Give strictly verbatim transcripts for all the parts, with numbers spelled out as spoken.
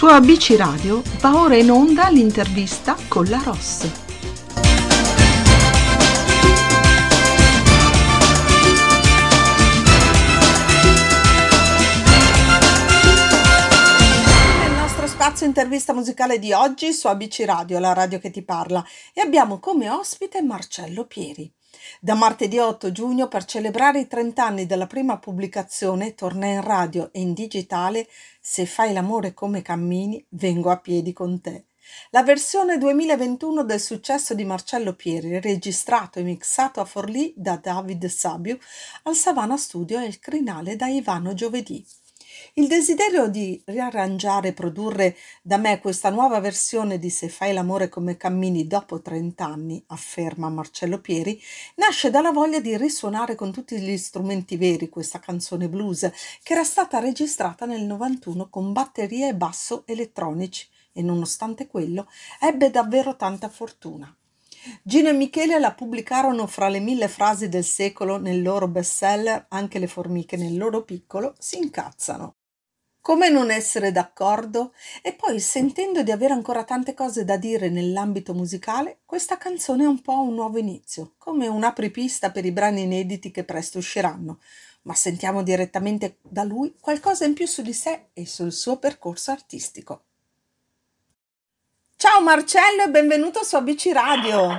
Su A B C Radio va ora in onda l'intervista con la Ross. Nel nostro spazio intervista musicale di oggi su A B C Radio, la radio che ti parla, e abbiamo come ospite Marcello Pieri. Da martedì otto giugno, per celebrare i trenta anni della prima pubblicazione, torna in radio e in digitale Se fai l'amore come cammini, vengo a piedi con te. La versione duemilaventuno del successo di Marcello Pieri, registrato e mixato a Forlì da David Sabiu, al Savannah Studio e il crinale da Ivano Giovedì. Il desiderio di riarrangiare e produrre da me questa nuova versione di Se fai l'amore come cammini dopo trenta anni, afferma Marcello Pieri, nasce dalla voglia di risuonare con tutti gli strumenti veri questa canzone blues che era stata registrata nel novantuno con batterie e basso elettronici e nonostante quello ebbe davvero tanta fortuna. Gino e Michele la pubblicarono fra le mille frasi del secolo nel loro bestseller Anche le formiche nel loro piccolo si incazzano. Come non essere d'accordo? E poi, sentendo di avere ancora tante cose da dire nell'ambito musicale, questa canzone è un po' un nuovo inizio, come un apripista per i brani inediti che presto usciranno. Ma sentiamo direttamente da lui qualcosa in più su di sé e sul suo percorso artistico. Ciao Marcello e benvenuto su A B C Radio.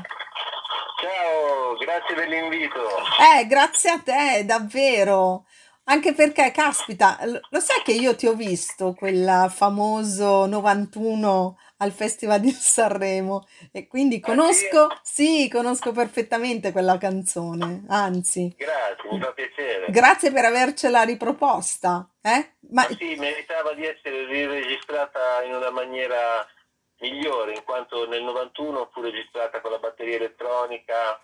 Ciao, grazie dell'invito. Eh, grazie a te, davvero. Anche perché, caspita, l- lo sai che io ti ho visto quel famoso novantuno al Festival di Sanremo e quindi Ah sì? conosco, sì, conosco perfettamente quella canzone, anzi, Grazie, mi fa piacere. grazie per avercela riproposta, eh? Ma Ma sì, meritava di essere riregistrata in una maniera migliore, in quanto nel novantuno fu registrata con la batteria elettronica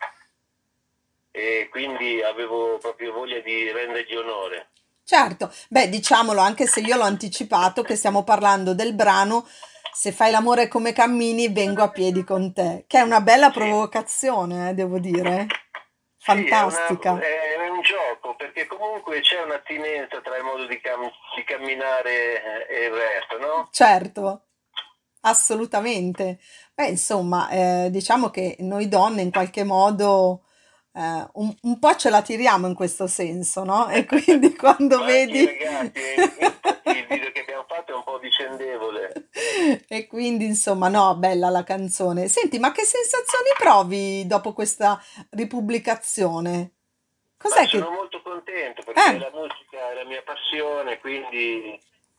e quindi avevo proprio voglia di rendergli onore. certo, beh, diciamolo, anche se io l'ho anticipato, che stiamo parlando del brano Se fai l'amore come cammini, vengo a piedi con te, che è una bella Sì, provocazione, eh, devo dire. sì, è, una- Fantastica. è un gioco, perché comunque c'è un'attinenza tra il modo di, cam- di camminare e il resto, no? Certo, assolutamente. Beh, insomma, eh, diciamo che noi donne in qualche modo eh, un, un po' ce la tiriamo in questo senso, no? E quindi quando Ma anche i vedi... ragazzi, e infatti il video che abbiamo fatto è un po' vicendevole. E quindi, insomma, no, bella la canzone. Senti, ma che sensazioni provi dopo questa ripubblicazione? Ma Cos'è sono che... molto contento perché Eh, la musica è la mia passione, quindi,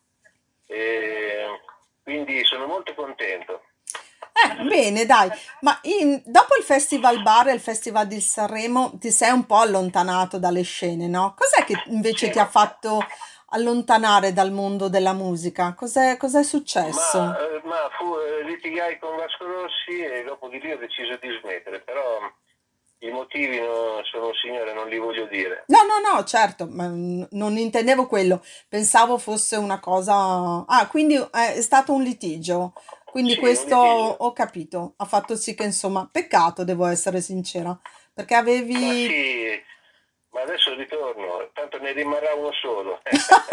eh, quindi sono molto contento. eh, bene, dai. Ma in- dopo il Festival Bar e il Festival di Sanremo ti sei un po' allontanato dalle scene, no? Cos'è che invece Sì, ti ha fatto allontanare dal mondo della musica? Cos'è, cos'è ma, successo? eh, ma fu, eh, litigai con Vasco Rossi e dopo di lì ho deciso di smettere, però i motivi no- sono un signore, non li voglio dire. No, no, no, certo, ma n- non intendevo quello. Pensavo fosse una cosa... Ah, quindi eh, è stato un litigio. Quindi Sì, un questo litigio. ho capito. Ha fatto sì che, insomma, peccato, devo essere sincera, perché Ma avevi... sì, ma adesso ritorno, tanto ne rimarrà uno solo.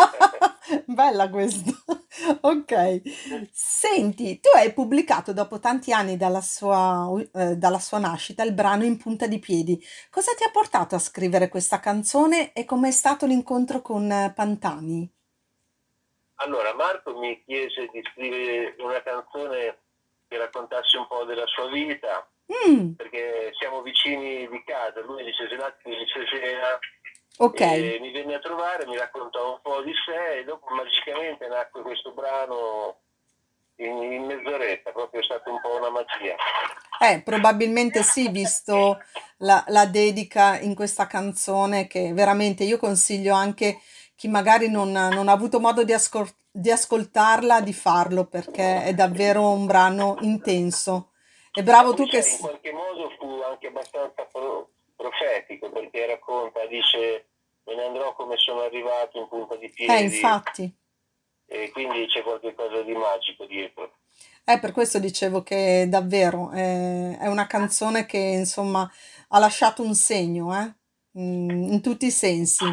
Bella questa. Ok. Senti, tu hai pubblicato dopo tanti anni dalla sua, eh, dalla sua nascita il brano In punta di piedi. Cosa ti ha portato a scrivere questa canzone e com'è stato l'incontro con eh, Pantani? Allora, Marco mi chiese di scrivere una canzone che raccontasse un po' della sua vita, Mm, perché siamo vicini di casa, lui di Cesenatico di Cesena, ok. e mi venne a trovare, mi raccontò un po' di sé e dopo magicamente nacque questo brano in, in mezz'oretta, proprio è stata un po' una magia. Eh, probabilmente sì, visto la, la dedica in questa canzone che veramente io consiglio anche chi magari non, non ha avuto modo di, ascol- di ascoltarla, di farlo perché è davvero un brano intenso. E Ma bravo poi tu che... sai, in s- qualche modo fu anche abbastanza pro- profetico perché racconta, dice me ne andrò come sono arrivato in punta di Eh, piedi infatti. e quindi c'è qualcosa di magico dietro. Eh, per questo dicevo che davvero eh, è una canzone che insomma ha lasciato un segno, eh, mm, in tutti i sensi.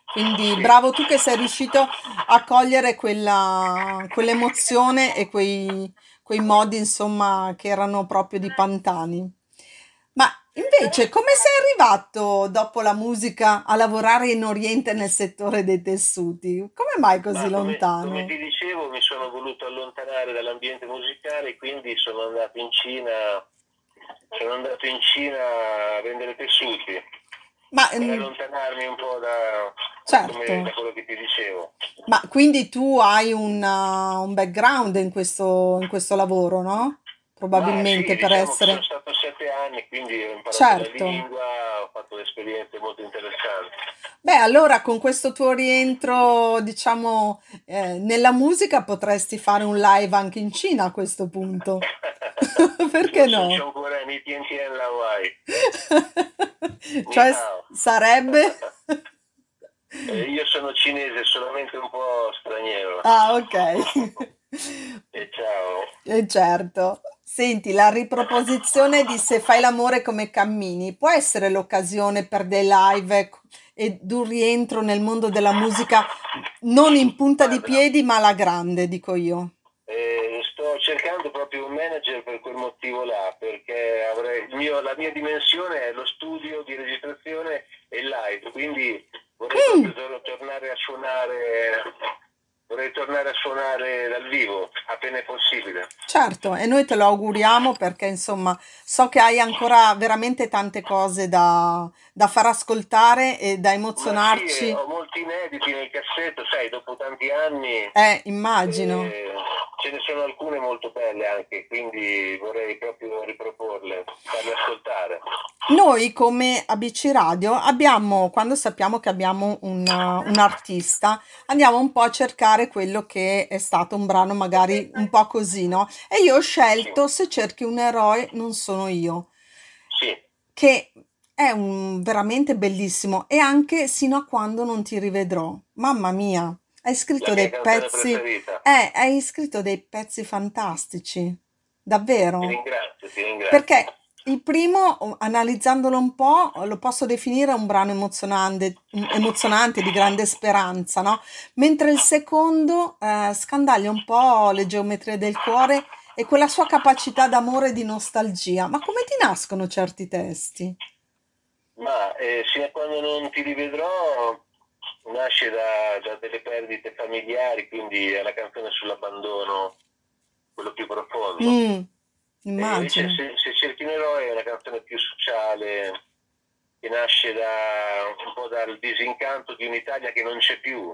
Quindi Sì, bravo tu che sei riuscito a cogliere quella, quell'emozione e quei, quei modi, insomma, che erano proprio di Pantani. Ma invece, come sei arrivato dopo la musica a lavorare in Oriente nel settore dei tessuti? Come mai così ma come, come lontano? ti dicevo mi sono voluto allontanare dall'ambiente musicale, quindi sono andato in Cina, sono andato in Cina a vendere tessuti Ma per mm, allontanarmi un po' da, da come- da certo, quello che ti dicevo. ma quindi tu hai un, uh, un background in questo, in questo lavoro, no? Ma sì, Probabilmente per diciamo che sono essere. stato sette anni, quindi ho imparato la Certo. lingua, ho fatto esperienze molto interessanti. Beh, allora con questo tuo rientro, diciamo, eh, nella musica potresti fare un live anche in Cina a questo punto. Perché Non sono no? ancora ni Tien Tien La Wai, ni Cioè, s- hao. sarebbe? Eh, io sono cinese, solamente un po' straniero. Ah, ok. E ciao. Eh, certo. Senti, la riproposizione di Se fai l'amore come cammini può essere l'occasione per dei live ec- ed un rientro nel mondo della musica non in punta di Guarda, piedi, ma alla grande, dico io. eh, sto cercando proprio un manager per quel motivo là, perché avrei, il mio- la mia dimensione è lo studio di registrazione e il live, quindi vorrei Mm. proprio tor- tornare a suonare, vorrei tornare a suonare dal vivo, appena è possibile. Certo, e noi te lo auguriamo perché insomma so che hai ancora veramente tante cose da, da far ascoltare e da Ma sì, eh, emozionarci. ho molti inediti nel cassetto, sai, dopo tanti anni Eh, immagino. eh, ce ne sono alcune molto belle anche, quindi vorrei proprio riproporle, farle ascoltare. Noi come A B C Radio abbiamo, quando sappiamo che abbiamo un, uh, un artista, andiamo un po' a cercare quello che è stato un brano magari un po' così, no? E io ho Sì, scelto Se cerchi un eroe non sono io, sì, che è un veramente bellissimo e anche Sino a quando non ti rivedrò. Mamma mia, hai la scritto mia dei canzone pezzi, preferita. eh, hai scritto dei pezzi fantastici, Ti davvero. ringrazio, ti ringrazio. Perché il primo, o- analizzandolo un po', lo posso definire un brano emozionante, emozionante di grande speranza, no? Mentre il secondo, eh, scandaglia un po' le geometrie del cuore e quella sua capacità d'amore e di nostalgia. Ma come ti nascono certi testi? Ma eh, fino a quando non ti rivedrò nasce da, da delle perdite familiari, quindi è la canzone sull'abbandono, quello più profondo. Mm, E invece immagino. se, se cerchi un eroe è una canzone più sociale, che nasce da, un po' dal disincanto di un'Italia che non c'è più,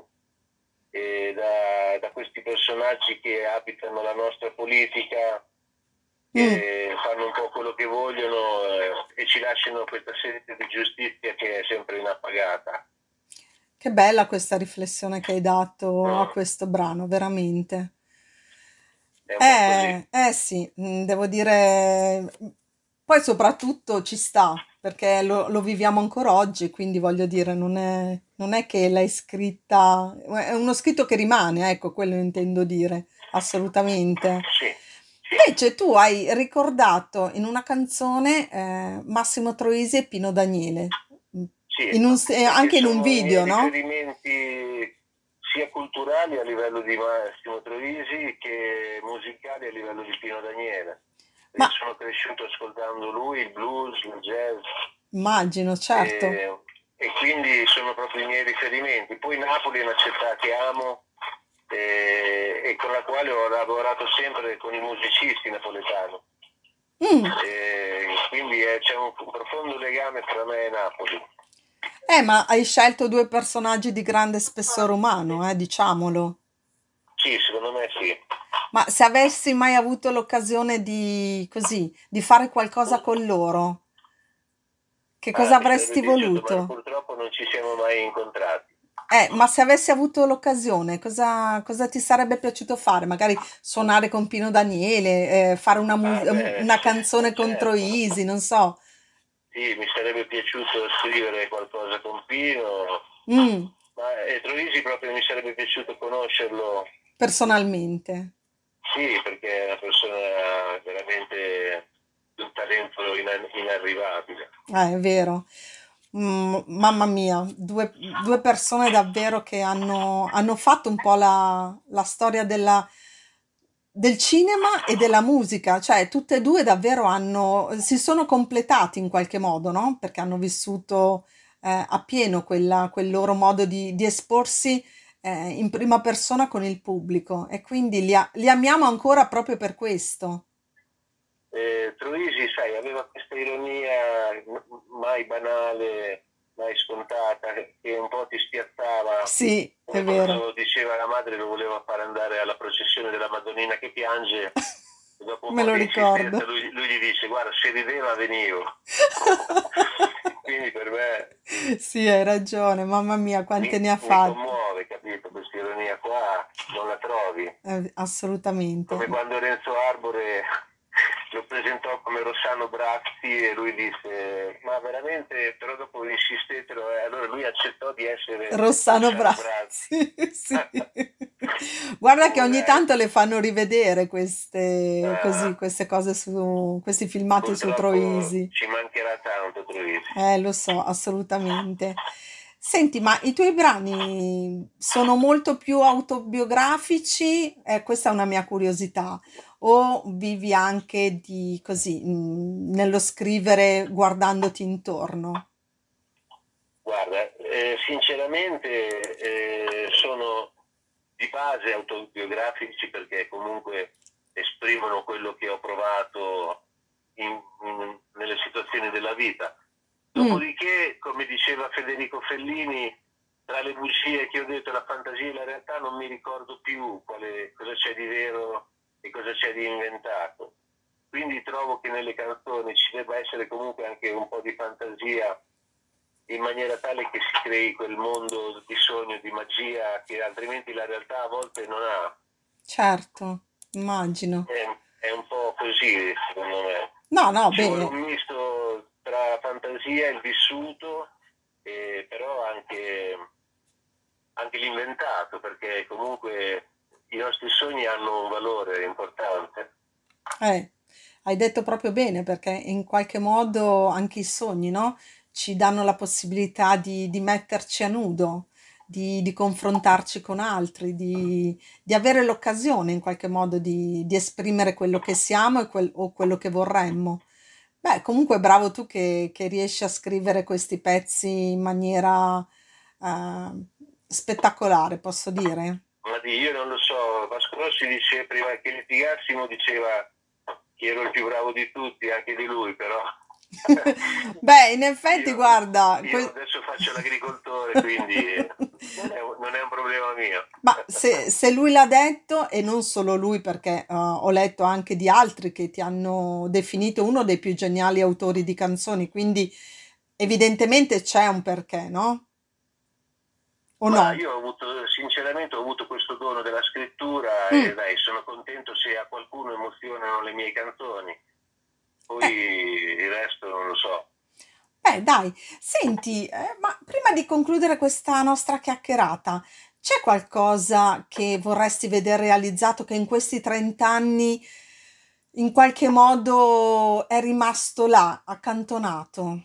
e da, da questi personaggi che abitano la nostra politica, Mm, che fanno un po' quello che vogliono eh, e ci lasciano questa sete di giustizia che è sempre inappagata. che bella questa riflessione che hai dato a Mm, questo brano, veramente. è un po' così. Eh, eh sì, mm, devo dire, poi soprattutto ci sta, perché lo, lo viviamo ancora oggi, quindi voglio dire, non è, non è che l'hai scritta, è uno scritto che rimane, ecco, quello intendo dire, assolutamente. Sì, sì, Invece tu hai ricordato in una canzone eh, Massimo Troisi e Pino Daniele, sì, in un se- perché anche in un sono i miei video, no? riferimenti sia culturali a livello di Massimo Troisi che musicali a livello di Pino Daniele. Io Ma sono cresciuto ascoltando lui, il blues, il jazz, immagino, certo. e, e quindi sono proprio i miei riferimenti. Poi Napoli è una città che amo e, e con la quale ho lavorato sempre con i musicisti napoletani. Mm. E quindi eh, c'è un, un profondo legame tra me e Napoli. Eh, ma hai scelto due personaggi di grande spessore umano, eh, diciamolo. Sì, secondo me sì. Ma se avessi mai avuto l'occasione di, così, di fare qualcosa con loro, che cosa Ah, mi sarebbe avresti piaciuto, ma voluto? purtroppo non ci siamo mai incontrati. Eh, ma se avessi avuto l'occasione, cosa, cosa ti sarebbe piaciuto fare? Magari suonare con Pino Daniele, eh, fare una, mus- Ah, beh, una canzone contro certo. Easy, non so. Sì, mi sarebbe piaciuto scrivere qualcosa con Pino, Mm, ma eh, Troisi proprio mi sarebbe piaciuto conoscerlo. personalmente. Sì, perché è una persona veramente di un talento ina- inarrivabile. Eh, è vero. Mm, mamma mia, due, due persone davvero che hanno, hanno fatto un po' la, la storia della, del cinema e della musica, cioè tutte e due davvero hanno, si sono completati in qualche modo, no? Perché hanno vissuto eh, appieno quella- quel loro modo di, di esporsi eh, in prima persona con il pubblico e quindi li, a- li amiamo ancora proprio per questo. Eh, Troisi, sai, aveva questa ironia m- mai banale, mai scontata, che un po' ti spiazzava, Sì, è come vero. quando diceva la madre lo voleva fare andare alla processione della Madonnina che piange, e dopo un Me po' lo di insistenza ricordo. lui, lui gli dice guarda, se rideva venivo. Quindi per me Sì, hai ragione, mamma mia, mi, quante ne ha mi fatte. commuove, capito? Questa ironia qua non la trovi. Eh, assolutamente. Come quando Renzo Arbore lo presentò come Rossano Brazzi e lui disse ma veramente, però dopo insistetelo, e allora lui accettò di essere Rossano Rossano Brazzi, Brazzi. sì. Guarda che ogni Comunque, tanto le fanno rivedere queste, eh, così, queste cose su, questi filmati su purtroppo Troisi. ci mancherà tanto Troisi. Eh, lo so, assolutamente. Senti, ma i tuoi brani sono molto più autobiografici? Eh, questa è una mia curiosità. O vivi anche di così, mh, nello scrivere guardandoti intorno? Guarda, eh, sinceramente eh, sono di base autobiografici perché comunque esprimono quello che ho provato in- in- nelle situazioni della vita. Mm, Dopodiché, come diceva Federico Fellini, tra le bugie che ho detto, la fantasia e la realtà, non mi ricordo più quale, cosa c'è di vero e cosa c'è di inventato. Quindi trovo che nelle canzoni ci debba essere comunque anche un po' di fantasia in maniera tale che si crei quel mondo di sogno, di magia che altrimenti la realtà a volte non ha. certo, immagino. È, è un po' così, secondo me. No, no, Ci vuole beh, un misto tra la fantasia e il vissuto, e però anche, anche l'inventato, perché comunque i nostri sogni hanno un valore importante. eh, hai detto proprio bene perché in qualche modo anche i sogni, no? Ci danno la possibilità di, di metterci a nudo, di, di confrontarci con altri, di, di avere l'occasione in qualche modo di, di esprimere quello che siamo e quel- o quello che vorremmo. Beh, comunque bravo tu che, che riesci a scrivere questi pezzi in maniera eh, spettacolare, posso dire. Ma di, io non lo so, Vasco Rossi dice prima che litigassimo, diceva che ero il più bravo di tutti, anche di lui, però Beh, in effetti, io, guarda, io que- adesso faccio l'agricoltore, quindi non è, non è un problema mio. ma se, se lui l'ha detto, e non solo lui, perché eh, ho letto anche di altri che ti hanno definito uno dei più geniali autori di canzoni, quindi evidentemente c'è un perché, no? O Ma no? io ho avuto, sinceramente, ho avuto questo dono della scrittura e Mm, dai, sono contento se a qualcuno emozionano le mie canzoni. Poi eh, il resto non lo so. beh, dai, senti, eh, ma prima di concludere questa nostra chiacchierata, c'è qualcosa che vorresti vedere realizzato che in questi trenta anni in qualche modo è rimasto là, accantonato?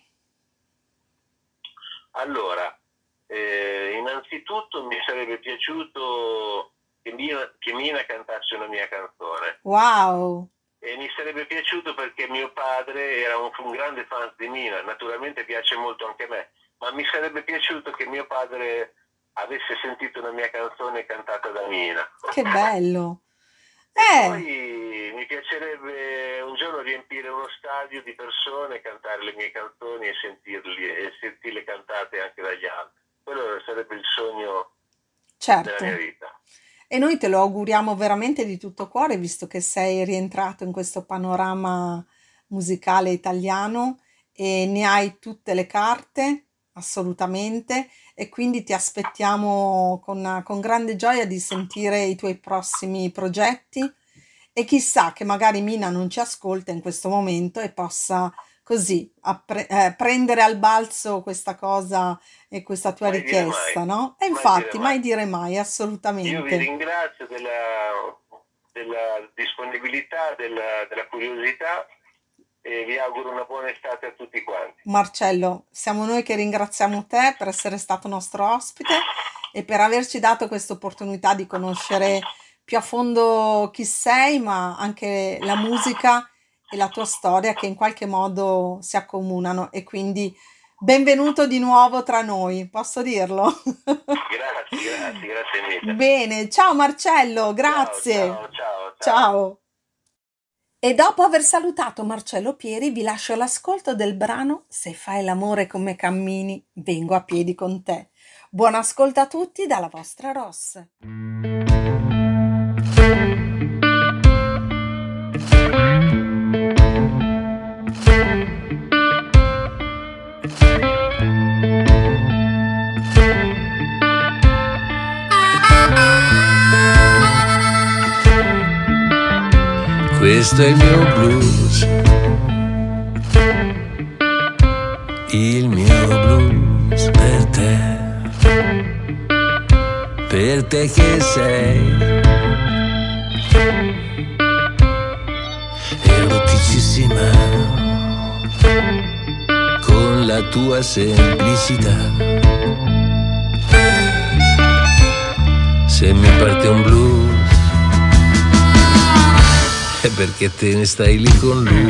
Allora, eh, innanzitutto mi sarebbe piaciuto che Mina, che Mina cantasse una mia canzone. Wow, E mi sarebbe piaciuto perché mio padre era un, un grande fan di Mina, naturalmente piace molto anche a me, ma mi sarebbe piaciuto che mio padre avesse sentito una mia canzone cantata da Mina. che bello. E Eh, poi mi piacerebbe un giorno riempire uno stadio di persone, cantare le mie canzoni e sentirli, e sentirle cantate anche dagli altri. Quello sarebbe il sogno della mia certo. vita. E noi te lo auguriamo veramente di tutto cuore, visto che sei rientrato in questo panorama musicale italiano e ne hai tutte le carte, assolutamente, e quindi ti aspettiamo con, con grande gioia di sentire i tuoi prossimi progetti e chissà che magari Mina non ci ascolta in questo momento e possa così appre- eh, prendere al balzo questa cosa e questa tua Mai dire mai, richiesta, no? E mai dire infatti, mai. mai dire mai, Io vi assolutamente. ringrazio della, della disponibilità, della, della curiosità e vi auguro una buona estate a tutti quanti. Marcello, siamo noi che ringraziamo te per essere stato nostro ospite e per averci dato questa opportunità di conoscere più a fondo chi sei, ma anche la musica e la tua storia che in qualche modo si accomunano, e quindi benvenuto di nuovo tra noi, posso dirlo? Grazie, grazie, grazie mille. Bene, ciao Marcello, grazie. Ciao, ciao, ciao. Ciao. E dopo aver salutato Marcello Pieri, vi lascio l'ascolto del brano Se fai l'amore come cammini, vengo a piedi con te. Buon ascolto a tutti dalla vostra Ross. Questo è il mio blues, il mio blues per te, per te che sei eroticissima, con la tua semplicità. Se mi parte un blues è perché te ne stai lì con lui.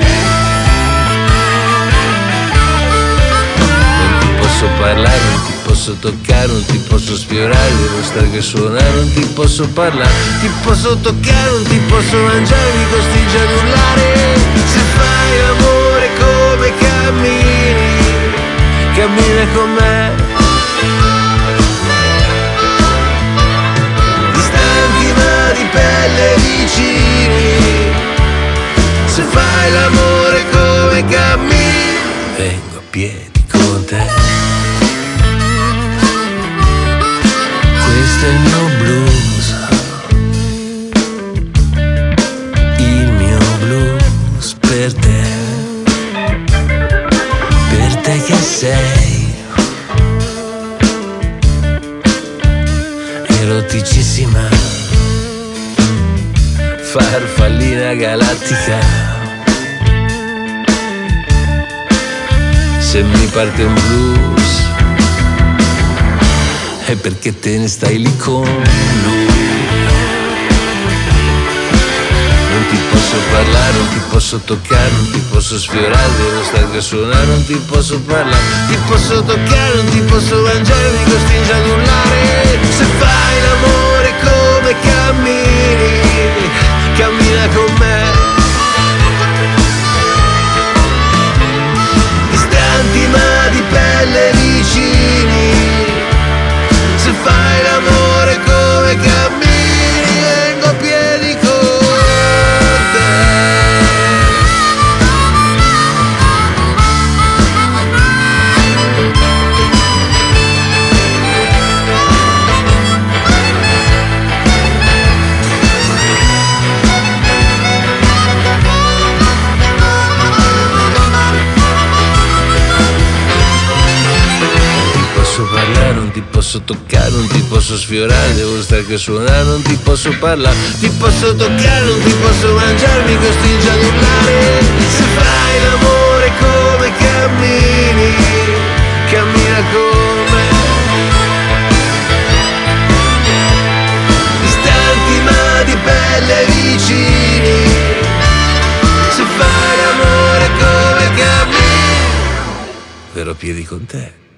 Non ti posso parlare, non ti posso toccare, non ti posso sfiorare, devo stare che suonare, non ti posso parlare, ti posso toccare, non ti posso mangiare, mi costringe ad urlare. Se fai l'amore come cammini, cammina con me. Distanti ma di pelle vicini. Se fai l'amore come cammini, vengo a piedi con te. Questo è il mio blues, il mio blues per te, per te che sei eroticissima, farfallina galattica. Se mi parte un blues è perché te ne stai lì con lui. Non ti posso parlare, non ti posso toccare, non ti posso sfiorare, devo stare a suonare, non ti posso parlare, ti posso toccare, non ti posso mangiare, mi costringe ad urlare. Se fai l'amore come cammini, cammina con me. Distanti ma di pelle vicini. Se fai l'amore come cammini, vengo a piedi con non ti posso toccare, non ti posso sfiorare, devo stare che suonare, non ti posso parlare, ti posso toccare, non ti posso mangiare, mi costringe ad urlare. Se fai l'amore come cammini, cammina con me. Distanti ma di pelle vicini. Se fai l'amore come cammini, verrò a piedi con te.